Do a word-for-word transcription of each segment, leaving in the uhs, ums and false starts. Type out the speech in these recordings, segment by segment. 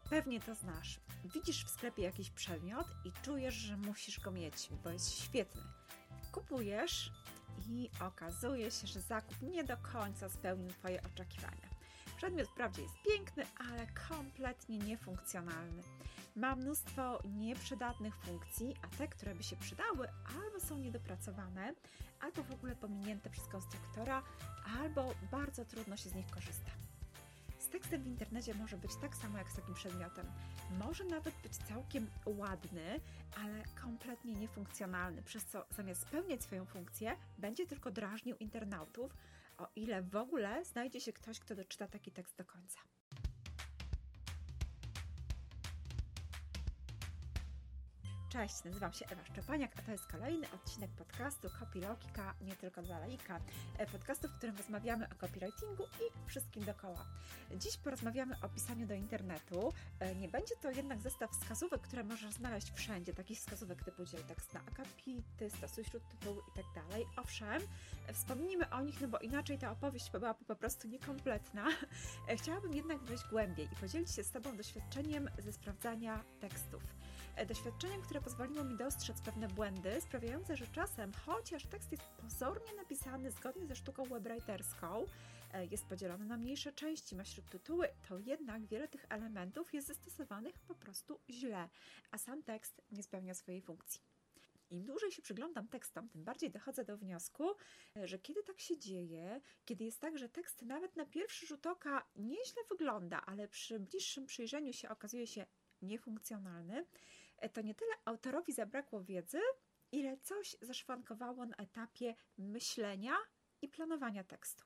Pewnie to znasz. Widzisz w sklepie jakiś przedmiot i czujesz, że musisz go mieć, bo jest świetny. Kupujesz i okazuje się, że zakup nie do końca spełnił Twoje oczekiwania. Przedmiot wprawdzie jest piękny, ale kompletnie niefunkcjonalny. Ma mnóstwo nieprzydatnych funkcji, a te, które by się przydały, albo są niedopracowane, albo w ogóle pominięte przez konstruktora, albo bardzo trudno się z nich korzysta. Z tekstem w internecie może być tak samo jak z takim przedmiotem. Może nawet być całkiem ładny, ale kompletnie niefunkcjonalny, przez co zamiast spełniać swoją funkcję, będzie tylko drażnił internautów, o ile w ogóle znajdzie się ktoś, kto doczyta taki tekst do końca. Cześć, nazywam się Ewa Szczepaniak, a to jest kolejny odcinek podcastu Copylogika, nie tylko dla laika. Podcastu, w którym rozmawiamy o copywritingu i wszystkim dookoła. Dziś porozmawiamy o pisaniu do internetu. Nie będzie to jednak zestaw wskazówek, które możesz znaleźć wszędzie, takich wskazówek typu dziel tekst na akapity, stosuj śródtytułu i tak dalej. Owszem, wspomnimy o nich, no bo inaczej ta opowieść byłaby po prostu niekompletna. Chciałabym jednak wejść głębiej i podzielić się z Tobą doświadczeniem ze sprawdzania tekstów. Doświadczeniem, które pozwoliło mi dostrzec pewne błędy, sprawiające, że czasem, chociaż tekst jest pozornie napisany zgodnie ze sztuką webwriterską, jest podzielony na mniejsze części, ma śródtytuły, to jednak wiele tych elementów jest zastosowanych po prostu źle, a sam tekst nie spełnia swojej funkcji. Im dłużej się przyglądam tekstom, tym bardziej dochodzę do wniosku, że kiedy tak się dzieje, kiedy jest tak, że tekst nawet na pierwszy rzut oka nieźle wygląda, ale przy bliższym przyjrzeniu się okazuje się niefunkcjonalny, to nie tyle autorowi zabrakło wiedzy, ile coś zaszwankowało na etapie myślenia i planowania tekstu.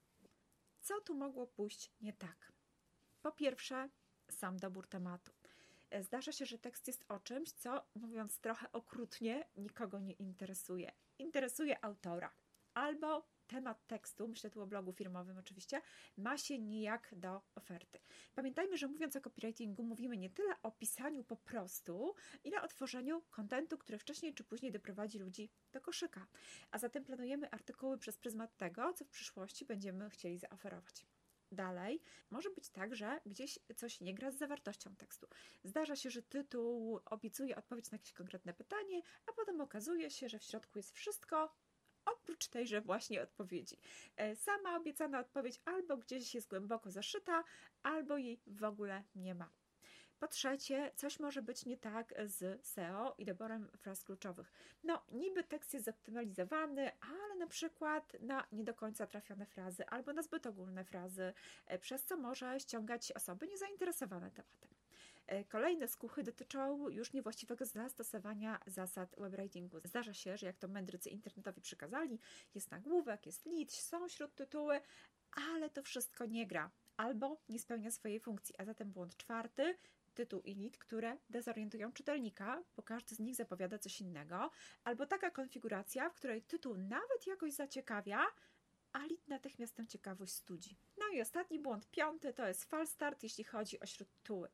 Co tu mogło pójść nie tak? Po pierwsze, sam dobór tematu. Zdarza się, że tekst jest o czymś, co, mówiąc trochę okrutnie, nikogo nie interesuje. Interesuje autora. Albo temat tekstu, myślę tu o blogu firmowym oczywiście, ma się nijak do oferty. Pamiętajmy, że mówiąc o copywritingu, mówimy nie tyle o pisaniu po prostu, ile o tworzeniu kontentu, który wcześniej czy później doprowadzi ludzi do koszyka. A zatem planujemy artykuły przez pryzmat tego, co w przyszłości będziemy chcieli zaoferować. Dalej, może być tak, że gdzieś coś nie gra z zawartością tekstu. Zdarza się, że tytuł obiecuje odpowiedź na jakieś konkretne pytanie, a potem okazuje się, że w środku jest wszystko, oprócz tejże właśnie odpowiedzi. Sama obiecana odpowiedź albo gdzieś jest głęboko zaszyta, albo jej w ogóle nie ma. Po trzecie, coś może być nie tak z S E O i doborem fraz kluczowych. No, niby tekst jest zoptymalizowany, ale na przykład na nie do końca trafione frazy albo na zbyt ogólne frazy, przez co może ściągać osoby niezainteresowane tematem. Kolejne skuchy dotyczą już niewłaściwego zastosowania zasad webwritingu. Zdarza się, że jak to mędrcy internetowi przykazali, jest nagłówek, jest lead, są śródtytuły, ale to wszystko nie gra albo nie spełnia swojej funkcji. A zatem błąd czwarty, tytuł i lead, które dezorientują czytelnika, bo każdy z nich zapowiada coś innego, albo taka konfiguracja, w której tytuł nawet jakoś zaciekawia, a lead natychmiast tę ciekawość studzi. No i ostatni błąd, piąty, to jest false start, jeśli chodzi o śródtytuły.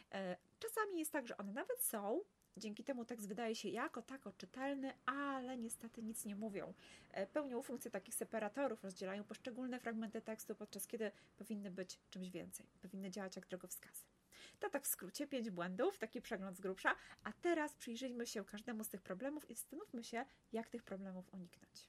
Czasami jest tak, że one nawet są, dzięki temu tekst wydaje się jako tako czytelny, ale niestety nic nie mówią. Pełnią funkcję takich separatorów, rozdzielają poszczególne fragmenty tekstu, podczas kiedy powinny być czymś więcej. Powinny działać jak drogowskazy. To tak w skrócie, pięć błędów, taki przegląd z grubsza, a teraz przyjrzyjmy się każdemu z tych problemów i zastanówmy się, jak tych problemów uniknąć.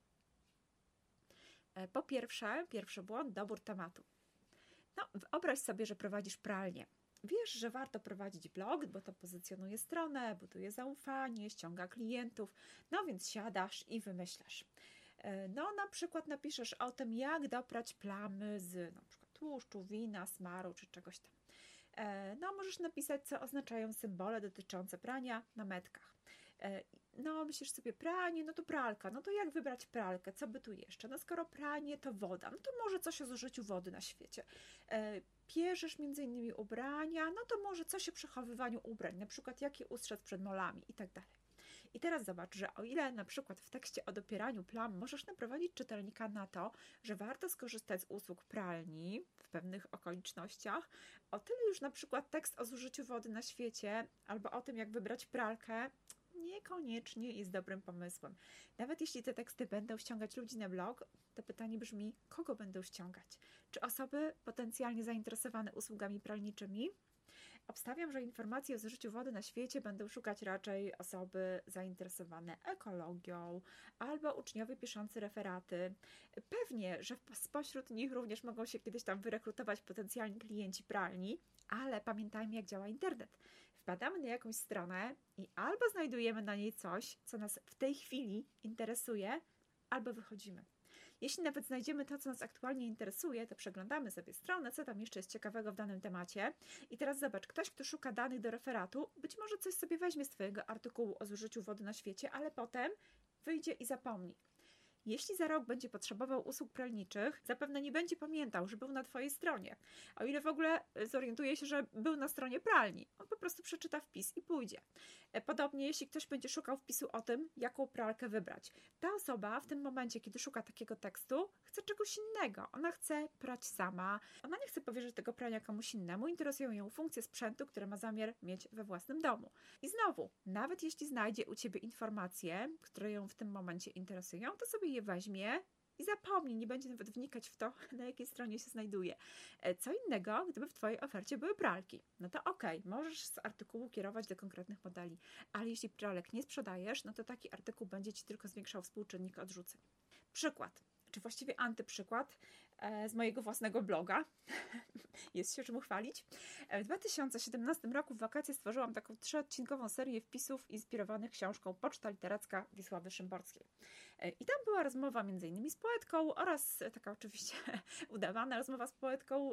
Po pierwsze, pierwszy błąd, dobór tematu. No, wyobraź sobie, że prowadzisz pralnię. Wiesz, że warto prowadzić blog, bo to pozycjonuje stronę, buduje zaufanie, ściąga klientów, no więc siadasz i wymyślasz. No na przykład napiszesz o tym, jak doprać plamy z na przykład tłuszczu, wina, smaru czy czegoś tam. No możesz napisać, co oznaczają symbole dotyczące prania na metkach. No myślisz sobie pranie, no to pralka, no to jak wybrać pralkę, co by tu jeszcze? No skoro pranie to woda, no to może coś o zużyciu wody na świecie. Pierzesz między innymi ubrania, no to może coś o przechowywaniu ubrań, na przykład jak je ustrzec przed molami i tak dalej. I teraz zobacz, że o ile na przykład w tekście o dopieraniu plam możesz naprowadzić czytelnika na to, że warto skorzystać z usług pralni w pewnych okolicznościach, o tyle już na przykład tekst o zużyciu wody na świecie albo o tym, jak wybrać pralkę, niekoniecznie jest dobrym pomysłem. Nawet jeśli te teksty będą ściągać ludzi na blog, to pytanie brzmi, kogo będą ściągać? Czy osoby potencjalnie zainteresowane usługami pralniczymi? Obstawiam, że informacji o zużyciu wody na świecie będą szukać raczej osoby zainteresowane ekologią albo uczniowie piszący referaty. Pewnie, że spośród nich również mogą się kiedyś tam wyrekrutować potencjalni klienci pralni, ale pamiętajmy, jak działa internet. Wpadamy na jakąś stronę i albo znajdujemy na niej coś, co nas w tej chwili interesuje, albo wychodzimy. Jeśli nawet znajdziemy to, co nas aktualnie interesuje, to przeglądamy sobie stronę, co tam jeszcze jest ciekawego w danym temacie. I teraz zobacz, ktoś, kto szuka danych do referatu, być może coś sobie weźmie z Twojego artykułu o zużyciu wody na świecie, ale potem wyjdzie i zapomni. Jeśli za rok będzie potrzebował usług pralniczych, zapewne nie będzie pamiętał, że był na Twojej stronie. O ile w ogóle zorientuje się, że był na stronie pralni. On po prostu przeczyta wpis i pójdzie. Podobnie, jeśli ktoś będzie szukał wpisu o tym, jaką pralkę wybrać. Ta osoba w tym momencie, kiedy szuka takiego tekstu, chce czegoś innego. Ona chce prać sama. Ona nie chce powierzyć tego prania komuś innemu. Interesują ją funkcje sprzętu, które ma zamiar mieć we własnym domu. I znowu, nawet jeśli znajdzie u Ciebie informacje, które ją w tym momencie interesują, to sobie je weźmie i zapomni, nie będzie nawet wnikać w to, na jakiej stronie się znajduje. Co innego, gdyby w Twojej ofercie były pralki. No to okej, okay, możesz z artykułu kierować do konkretnych modeli, ale jeśli pralek nie sprzedajesz, no to taki artykuł będzie Ci tylko zwiększał współczynnik odrzuceń. Przykład, czy właściwie antyprzykład z mojego własnego bloga. Jest się czym chwalić. W dwa tysiące siedemnastym roku w wakacje stworzyłam taką trzyodcinkową serię wpisów inspirowanych książką Poczta Literacka Wisławy Szymborskiej. I tam była rozmowa między innymi z poetką oraz taka oczywiście udawana rozmowa z poetką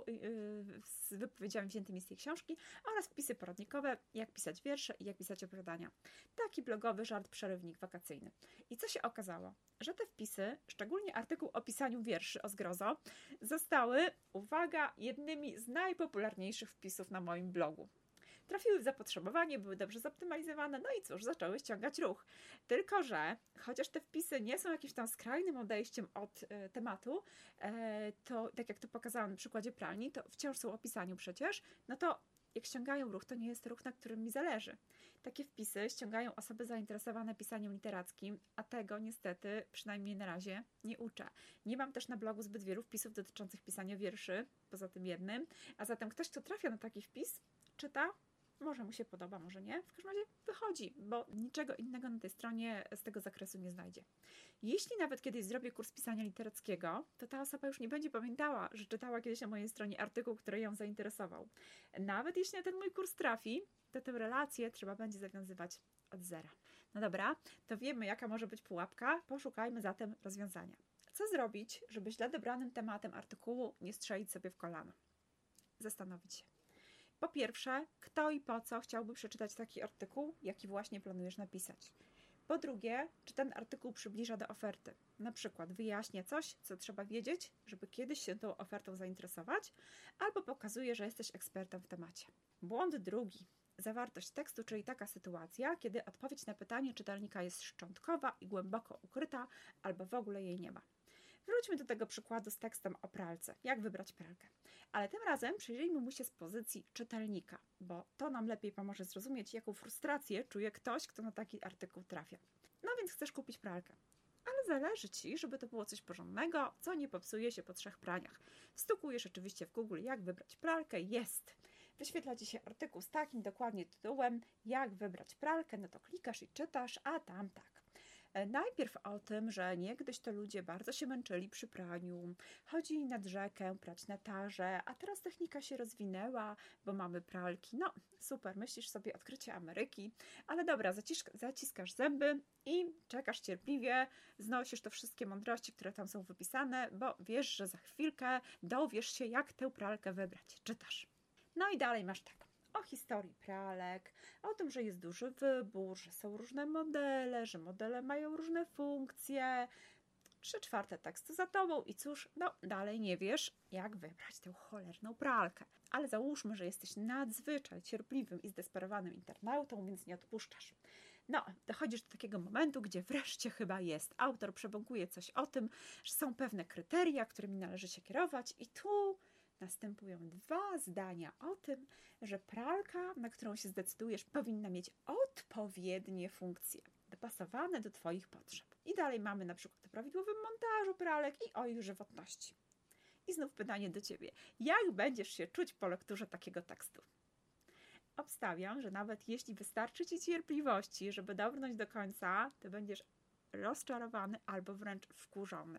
z wypowiedziami wziętymi z tej książki oraz wpisy poradnikowe, jak pisać wiersze i jak pisać opowiadania. Taki blogowy żart przerywnik wakacyjny. I co się okazało? Że te wpisy, szczególnie artykuł o pisaniu wierszy o zgrozo, zostały, uwaga, jednymi z najpopularniejszych wpisów na moim blogu. Trafiły w zapotrzebowanie, były dobrze zoptymalizowane, no i cóż, zaczęły ściągać ruch. Tylko że, chociaż te wpisy nie są jakimś tam skrajnym odejściem od e, tematu, e, to tak jak to pokazałam na przykładzie pralni, to wciąż są o pisaniu przecież, no to jak ściągają ruch, to nie jest ruch, na którym mi zależy. Takie wpisy ściągają osoby zainteresowane pisaniem literackim, a tego niestety, przynajmniej na razie, nie uczę. Nie mam też na blogu zbyt wielu wpisów dotyczących pisania wierszy, poza tym jednym, a zatem ktoś, kto trafia na taki wpis, czyta, może mu się podoba, może nie, w każdym razie wychodzi, bo niczego innego na tej stronie z tego zakresu nie znajdzie. Jeśli nawet kiedyś zrobię kurs pisania literackiego, to ta osoba już nie będzie pamiętała, że czytała kiedyś na mojej stronie artykuł, który ją zainteresował. Nawet jeśli na ten mój kurs trafi, to tę relację trzeba będzie zawiązywać od zera. No dobra, to wiemy, jaka może być pułapka, poszukajmy zatem rozwiązania. Co zrobić, żeby źle dobranym tematem artykułu nie strzelić sobie w kolano? Zastanowić się. Po pierwsze, kto i po co chciałby przeczytać taki artykuł, jaki właśnie planujesz napisać. Po drugie, czy ten artykuł przybliża do oferty. Na przykład wyjaśnia coś, co trzeba wiedzieć, żeby kiedyś się tą ofertą zainteresować, albo pokazuje, że jesteś ekspertem w temacie. Błąd drugi. Zawartość tekstu, czyli taka sytuacja, kiedy odpowiedź na pytanie czytelnika jest szczątkowa i głęboko ukryta, albo w ogóle jej nie ma. Wróćmy do tego przykładu z tekstem o pralce. Jak wybrać pralkę? Ale tym razem przyjrzyjmy mu się z pozycji czytelnika, bo to nam lepiej pomoże zrozumieć, jaką frustrację czuje ktoś, kto na taki artykuł trafia. No więc chcesz kupić pralkę. Ale zależy Ci, żeby to było coś porządnego, co nie popsuje się po trzech praniach. Wstukujesz oczywiście w Google, jak wybrać pralkę. Jest! Wyświetla Ci się artykuł z takim dokładnie tytułem, jak wybrać pralkę, no to klikasz i czytasz, a tam tak. Najpierw o tym, że niegdyś to ludzie bardzo się męczyli przy praniu, chodzili nad rzekę, prać na tarze, a teraz technika się rozwinęła, bo mamy pralki. No super, myślisz sobie odkrycie Ameryki, ale dobra, zacisk- zaciskasz zęby i czekasz cierpliwie, znosisz to wszystkie mądrości, które tam są wypisane, bo wiesz, że za chwilkę dowiesz się, jak tę pralkę wybrać. Czytasz. No i dalej masz tak. O historii pralek, o tym, że jest duży wybór, że są różne modele, że modele mają różne funkcje. Trzy czwarte tekstu za tobą i cóż, no dalej nie wiesz, jak wybrać tę cholerną pralkę. Ale załóżmy, że jesteś nadzwyczaj cierpliwym i zdesperowanym internautą, więc nie odpuszczasz. No, dochodzisz do takiego momentu, gdzie wreszcie chyba jest. Autor przebąkuje coś o tym, że są pewne kryteria, którymi należy się kierować i tu następują dwa zdania o tym, że pralka, na którą się zdecydujesz, powinna mieć odpowiednie funkcje, dopasowane do Twoich potrzeb. I dalej mamy na przykład o prawidłowym montażu pralek i o ich żywotności. I znów pytanie do Ciebie. Jak będziesz się czuć po lekturze takiego tekstu? obstawiam, że nawet jeśli wystarczy Ci cierpliwości, żeby dobrnąć do końca, to będziesz rozczarowany albo wręcz wkurzony.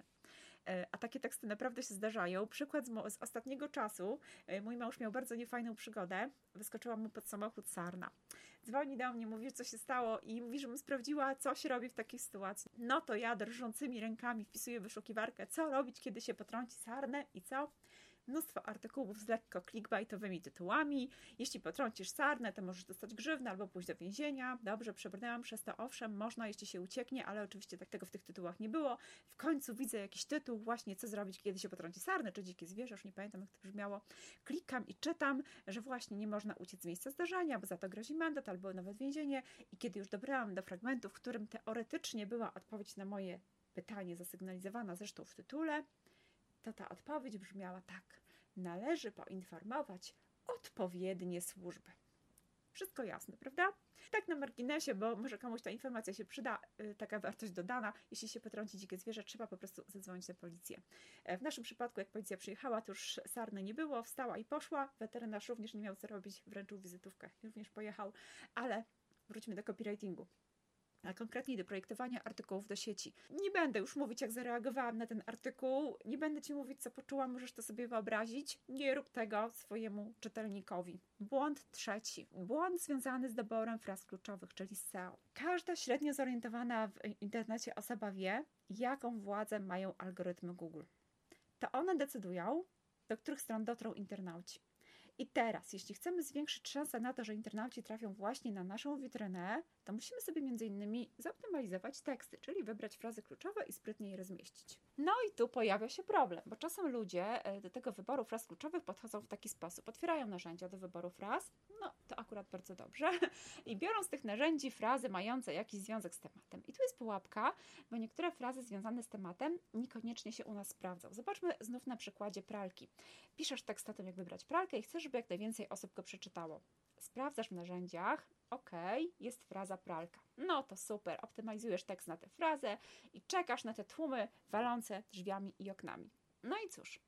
A takie teksty naprawdę się zdarzają. Przykład z, mo- z ostatniego czasu. Mój mąż miał bardzo niefajną przygodę. Wyskoczyła mu pod samochód sarna. Dzwoni do mnie, mówi, co się stało i mówi, żebym sprawdziła, co się robi w takiej sytuacji. No to ja drżącymi rękami wpisuję w wyszukiwarkę, co robić, kiedy się potrąci sarnę i co? Mnóstwo artykułów z lekko clickbaitowymi tytułami. Jeśli potrącisz sarnę, to możesz dostać grzywnę albo pójść do więzienia. Dobrze, przebrnęłam przez to, owszem, można, jeśli się ucieknie, ale oczywiście tak tego w tych tytułach nie było. W końcu widzę jakiś tytuł, właśnie co zrobić, kiedy się potrąci sarnę, czy dzikie zwierzę, już nie pamiętam, jak to brzmiało. Klikam i czytam, że właśnie nie można uciec z miejsca zdarzenia, bo za to grozi mandat albo nawet więzienie. I kiedy już dobrałam do fragmentu, w którym teoretycznie była odpowiedź na moje pytanie, zasygnalizowana zresztą w tytule, to ta odpowiedź brzmiała tak. Należy poinformować odpowiednie służby. Wszystko jasne, prawda? Tak na marginesie, bo może komuś ta informacja się przyda, yy, taka wartość dodana. Jeśli się potrąci dzikie zwierzę, trzeba po prostu zadzwonić na policję. W naszym przypadku, jak policja przyjechała, to już sarny nie było, wstała i poszła. Weterynarz również nie miał co robić, wręczył wizytówkę, również pojechał. Ale wróćmy do copywritingu. A konkretnie do projektowania artykułów do sieci. Nie będę już mówić, jak zareagowałam na ten artykuł, nie będę Ci mówić, co poczułam, możesz to sobie wyobrazić. Nie rób tego swojemu czytelnikowi. Błąd trzeci. Błąd związany z doborem fraz kluczowych, czyli S E O. Każda średnio zorientowana w internecie osoba wie, jaką władzę mają algorytmy Google. To one decydują, do których stron dotrą internauci. I teraz, jeśli chcemy zwiększyć szansę na to, że internauci trafią właśnie na naszą witrynę, to musimy sobie między innymi zoptymalizować teksty, czyli wybrać frazy kluczowe i sprytnie je rozmieścić. No i tu pojawia się problem, bo czasem ludzie do tego wyboru fraz kluczowych podchodzą w taki sposób. Otwierają narzędzia do wyboru fraz, no to akurat bardzo dobrze, i biorą z tych narzędzi frazy mające jakiś związek z tematem. I tu jest pułapka, bo niektóre frazy związane z tematem niekoniecznie się u nas sprawdzą. Zobaczmy znów na przykładzie pralki. Piszesz tekst o tym, jak wybrać pralkę i chcesz, żeby jak najwięcej osób go przeczytało. Sprawdzasz w narzędziach, ok, jest fraza pralka. No to super, optymalizujesz tekst na tę frazę i czekasz na te tłumy walące drzwiami i oknami. No i cóż,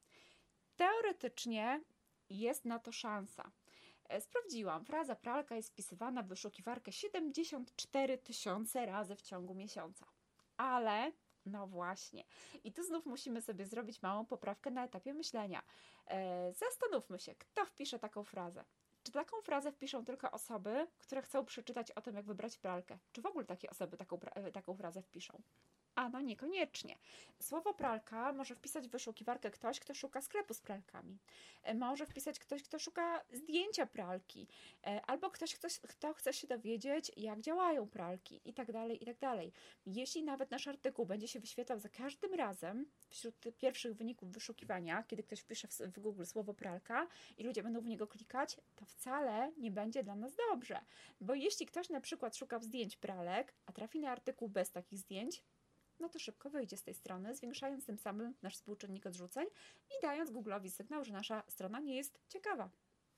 teoretycznie jest na to szansa. Sprawdziłam, fraza pralka jest wpisywana w wyszukiwarkę siedemdziesiąt cztery tysiące razy w ciągu miesiąca. Ale no właśnie. I tu znów musimy sobie zrobić małą poprawkę na etapie myślenia. E, zastanówmy się, kto wpisze taką frazę. Czy taką frazę wpiszą tylko osoby, które chcą przeczytać o tym, jak wybrać pralkę? Czy w ogóle takie osoby taką, taką frazę wpiszą? A no niekoniecznie. Słowo pralka może wpisać w wyszukiwarkę ktoś, kto szuka sklepu z pralkami. Może wpisać ktoś, kto szuka zdjęcia pralki. Albo ktoś, kto, kto chce się dowiedzieć, jak działają pralki i tak dalej, i tak dalej. Jeśli nawet nasz artykuł będzie się wyświetlał za każdym razem wśród pierwszych wyników wyszukiwania, kiedy ktoś wpisze w, w Google słowo pralka i ludzie będą w niego klikać, to wcale nie będzie dla nas dobrze. Bo jeśli ktoś na przykład szukał zdjęć pralek, a trafi na artykuł bez takich zdjęć, no to szybko wyjdzie z tej strony, zwiększając tym samym nasz współczynnik odrzuceń i dając Google'owi sygnał, że nasza strona nie jest ciekawa.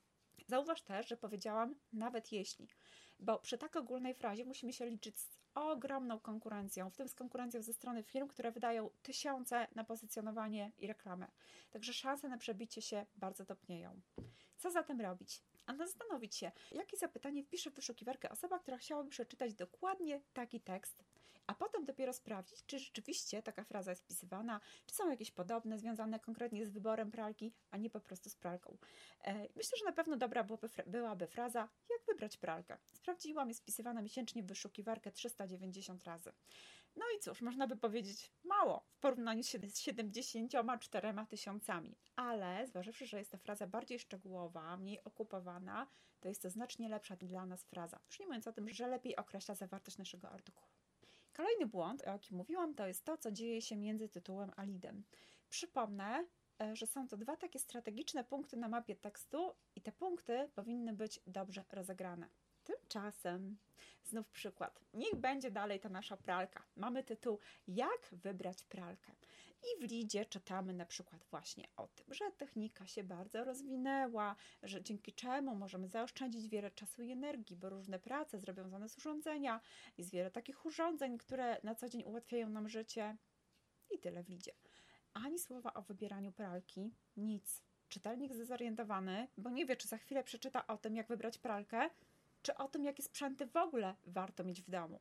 Zauważ też, że powiedziałam nawet jeśli, bo przy tak ogólnej frazie musimy się liczyć z ogromną konkurencją, w tym z konkurencją ze strony firm, które wydają tysiące na pozycjonowanie i reklamę. Także szanse na przebicie się bardzo topnieją. Co zatem robić? A zastanowić się, jakie zapytanie wpisze w wyszukiwarkę osoba, która chciałaby przeczytać dokładnie taki tekst, a potem dopiero sprawdzić, czy rzeczywiście taka fraza jest wpisywana, czy są jakieś podobne, związane konkretnie z wyborem pralki, a nie po prostu z pralką. Myślę, że na pewno dobra byłaby, byłaby fraza, jak wybrać pralkę. Sprawdziłam, jest wpisywana miesięcznie w wyszukiwarkę trzysta dziewięćdziesiąt razy. No i cóż, można by powiedzieć mało w porównaniu z siedemdziesięcioma czterema tysiącami, ale zważywszy, że jest to fraza bardziej szczegółowa, mniej okupowana, to jest to znacznie lepsza dla nas fraza. Już nie mówiąc o tym, że lepiej określa zawartość naszego artykułu. Kolejny błąd, o jakim mówiłam, to jest to, co dzieje się między tytułem a leadem. Przypomnę, że są to dwa takie strategiczne punkty na mapie tekstu i te punkty powinny być dobrze rozegrane. Tymczasem, znów przykład, niech będzie dalej ta nasza pralka. Mamy tytuł Jak wybrać pralkę. I w lidzie czytamy na przykład właśnie o tym, że technika się bardzo rozwinęła, że dzięki czemu możemy zaoszczędzić wiele czasu i energii, bo różne prace zrobią za nas urządzenia. Jest wiele takich urządzeń, które na co dzień ułatwiają nam życie. I tyle w lidzie. Ani słowa o wybieraniu pralki, nic. czytelnik zdezorientowany, bo nie wie, czy za chwilę przeczyta o tym, jak wybrać pralkę, czy o tym, jakie sprzęty w ogóle warto mieć w domu.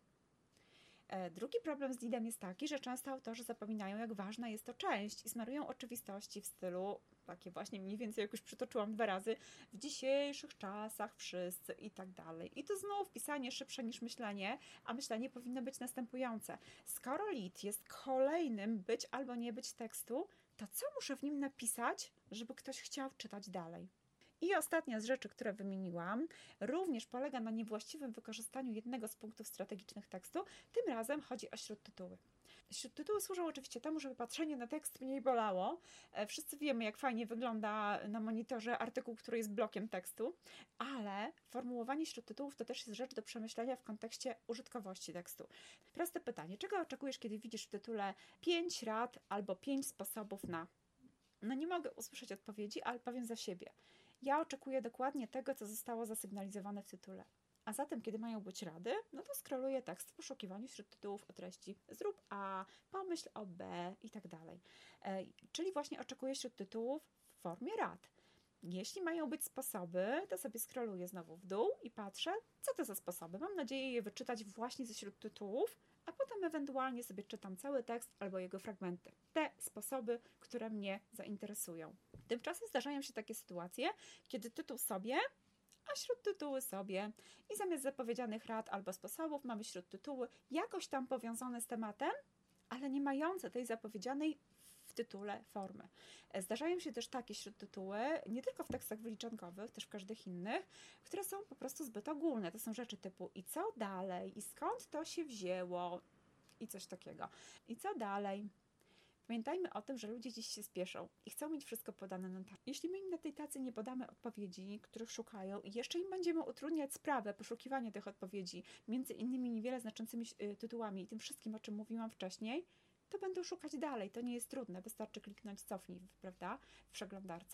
Drugi problem z lidem jest taki, że często autorzy zapominają, jak ważna jest to część i smarują oczywistości w stylu, takie właśnie mniej więcej, jak już przytoczyłam dwa razy, w dzisiejszych czasach wszyscy i tak dalej. I to znów pisanie szybsze niż myślenie, a myślenie powinno być następujące. Skoro lead jest kolejnym być albo nie być tekstu, to co muszę w nim napisać, żeby ktoś chciał czytać dalej? I ostatnia z rzeczy, które wymieniłam, również polega na niewłaściwym wykorzystaniu jednego z punktów strategicznych tekstu. Tym razem chodzi o śródtytuły. Śródtytuły służą oczywiście temu, żeby patrzenie na tekst mniej bolało. Wszyscy wiemy, jak fajnie wygląda na monitorze artykuł, który jest blokiem tekstu, ale formułowanie śródtytułów to też jest rzecz do przemyślenia w kontekście użytkowości tekstu. Proste pytanie, czego oczekujesz, kiedy widzisz w tytule pięć rad albo pięć sposobów na? No nie mogę usłyszeć odpowiedzi, ale powiem za siebie. Ja oczekuję dokładnie tego, co zostało zasygnalizowane w tytule. A zatem, kiedy mają być rady, no to scrolluję tekst w poszukiwaniu wśród tytułów o treści zrób A, pomyśl o B i tak dalej. E, czyli właśnie oczekuję wśród tytułów w formie rad. Jeśli mają być sposoby, to sobie scrolluję znowu w dół i patrzę, co to za sposoby. Mam nadzieję je wyczytać właśnie ze śródtytułów, a potem ewentualnie sobie czytam cały tekst albo jego fragmenty. Te sposoby, które mnie zainteresują. Tymczasem zdarzają się takie sytuacje, kiedy tytuł sobie, a śródtytuły sobie. I zamiast zapowiedzianych rad albo sposobów mamy śródtytuły jakoś tam powiązane z tematem, ale nie mające tej zapowiedzianej w tytule formy. Zdarzają się też takie śródtytuły, nie tylko w tekstach wyliczankowych, też w każdych innych, które są po prostu zbyt ogólne. To są rzeczy typu i co dalej, i skąd to się wzięło, i coś takiego. I co dalej? Pamiętajmy o tym, że ludzie dziś się spieszą i chcą mieć wszystko podane na tacy. Jeśli my im na tej tacy nie podamy odpowiedzi, których szukają i jeszcze im będziemy utrudniać sprawę poszukiwania tych odpowiedzi, między innymi niewiele znaczącymi tytułami i tym wszystkim, o czym mówiłam wcześniej, to będą szukać dalej. To nie jest trudne, wystarczy kliknąć cofnij, prawda, w przeglądarce.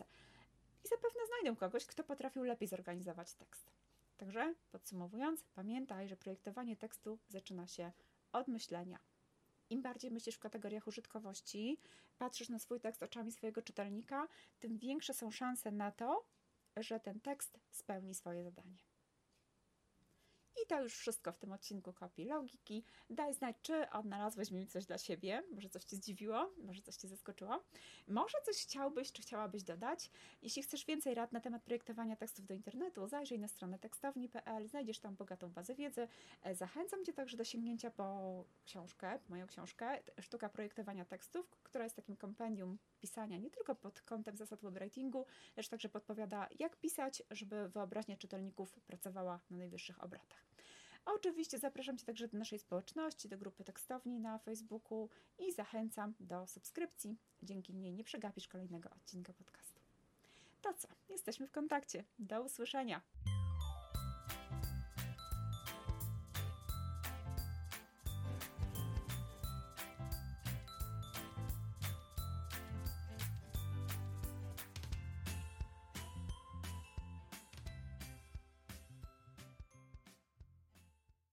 I zapewne znajdą kogoś, kto potrafił lepiej zorganizować tekst. Także podsumowując, pamiętaj, że projektowanie tekstu zaczyna się od myślenia. Im bardziej myślisz w kategoriach użytkowości, patrzysz na swój tekst oczami swojego czytelnika, tym większe są szanse na to, że ten tekst spełni swoje zadanie. I to już wszystko w tym odcinku Kopii Logiki. Daj znać, czy odnalazłeś w nim coś dla siebie. Może coś Cię zdziwiło, może coś Cię zaskoczyło. Może coś chciałbyś, czy chciałabyś dodać. Jeśli chcesz więcej rad na temat projektowania tekstów do internetu, zajrzyj na stronę tekstowni kropka p l. Znajdziesz tam bogatą bazę wiedzy. Zachęcam Cię także do sięgnięcia po książkę, po moją książkę Sztuka projektowania tekstów, która jest takim kompendium pisania nie tylko pod kątem zasad webwritingu, lecz także podpowiada, jak pisać, żeby wyobraźnia czytelników pracowała na najwyższych obrotach. A oczywiście zapraszam Cię także do naszej społeczności, do grupy tekstowni na Facebooku i zachęcam do subskrypcji. Dzięki niej nie przegapisz kolejnego odcinka podcastu. To co? Jesteśmy w kontakcie. Do usłyszenia!